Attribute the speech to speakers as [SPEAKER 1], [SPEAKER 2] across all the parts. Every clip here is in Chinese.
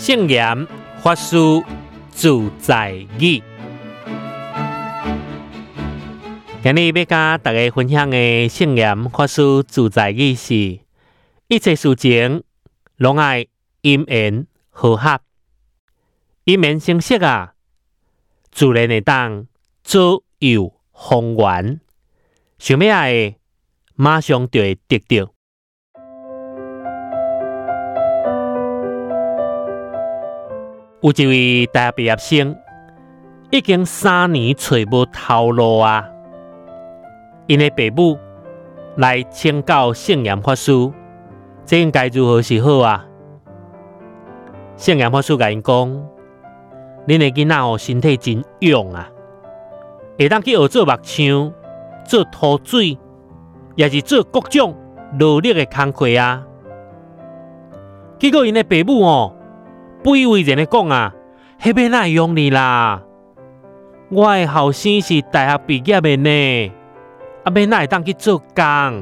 [SPEAKER 1] 圣严法师自在语。今日要跟大家分享的圣严法师自在语是：一切事情拢爱因缘和合，因缘成熟啊，自然会当左右逢源。想要爱的，马上就会得到。有一位大学毕业生，已經3年找無頭路啊！因的父母來請教聖嚴法師，這應該如何是好啊？聖嚴法師甲因講：恁的囡仔哦，身體真勇啊，會當去學做木匠、做塗水，也是做各種勞力的工課啊。結果因的父母哦，不以為然的講啊，迄要哪用你啦？我的後生是大學畢業的呢，要哪會當去做工？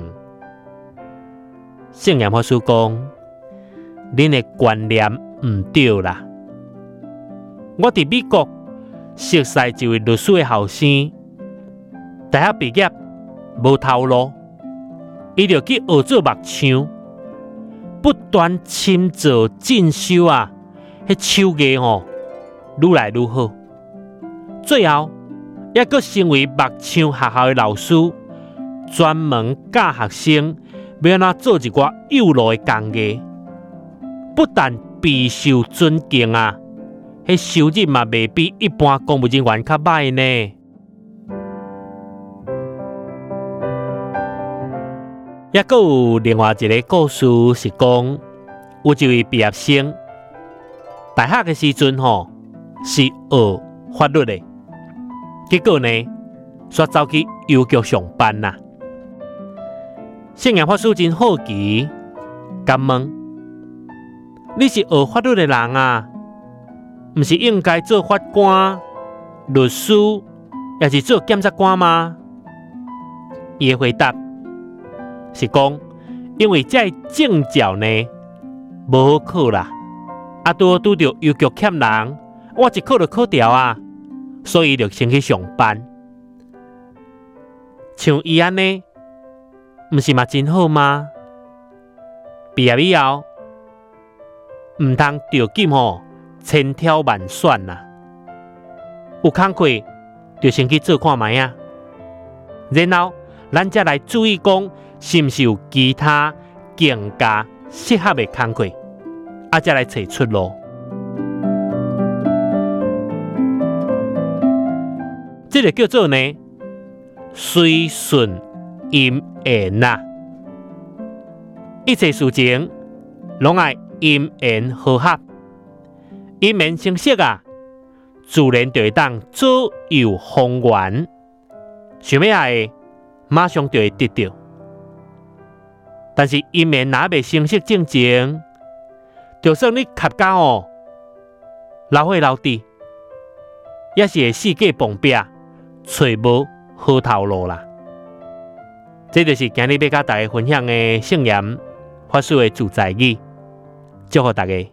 [SPEAKER 1] 聖嚴法師講：恁的觀念唔對啦。我佇美國熟悉一位律師的後生，大學畢業無頭路，伊就去學做木匠，不斷深造進修啊。迄手藝吼，愈來愈好，最後還佫成為木匠學校的老師，專門教學生要安怎做一寡有路的工藝，不但備受尊敬啊，迄收入嘛未比一般公務人員較歹呢。還佫有另外一個故事是講，有一位畢業生。大學嘅時陣吼是學法律的，結果呢，煞走去郵局上班啦。聖嚴法師真好奇，甲問：你是學法律的人啊，唔是應該做法官、律師，也是做檢察官嗎？伊嘅回答是講：因為這證照呢無好考啦。拄到郵局欠人，我一考就考掉啊，所以就先去上班。像伊安尼，毋是嘛真好嗎？畢業以後，毋通着緊吼，千挑萬選啦。有工課就先去做看覓啊，然後咱才來注意講，是毋是有其他更加適合的工課。再來找出路，這個叫做呢隨順因緣啦。一切事情攏愛因緣和合，因緣成熟啊，自然就會當左右逢源。想要愛的，馬上就會得到。但是因緣若未成熟正前，就算你磕到哦，老歲老弟，也是會四界碰壁，找無好頭路啦。這就是今日要甲大家分享的聖嚴法師的自在語，祝福大家。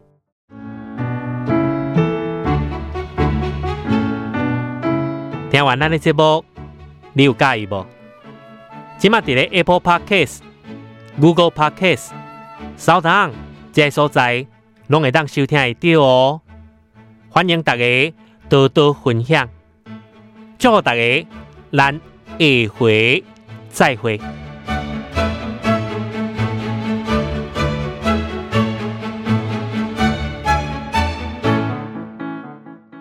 [SPEAKER 1] 聽完咱的節目，你有介意無？今麥佇咧 Apple Podcast、Google Podcast、SoundOn這些所在。攏會當收聽得到哦，歡迎大家多多分享，祝福大家，咱下回再會。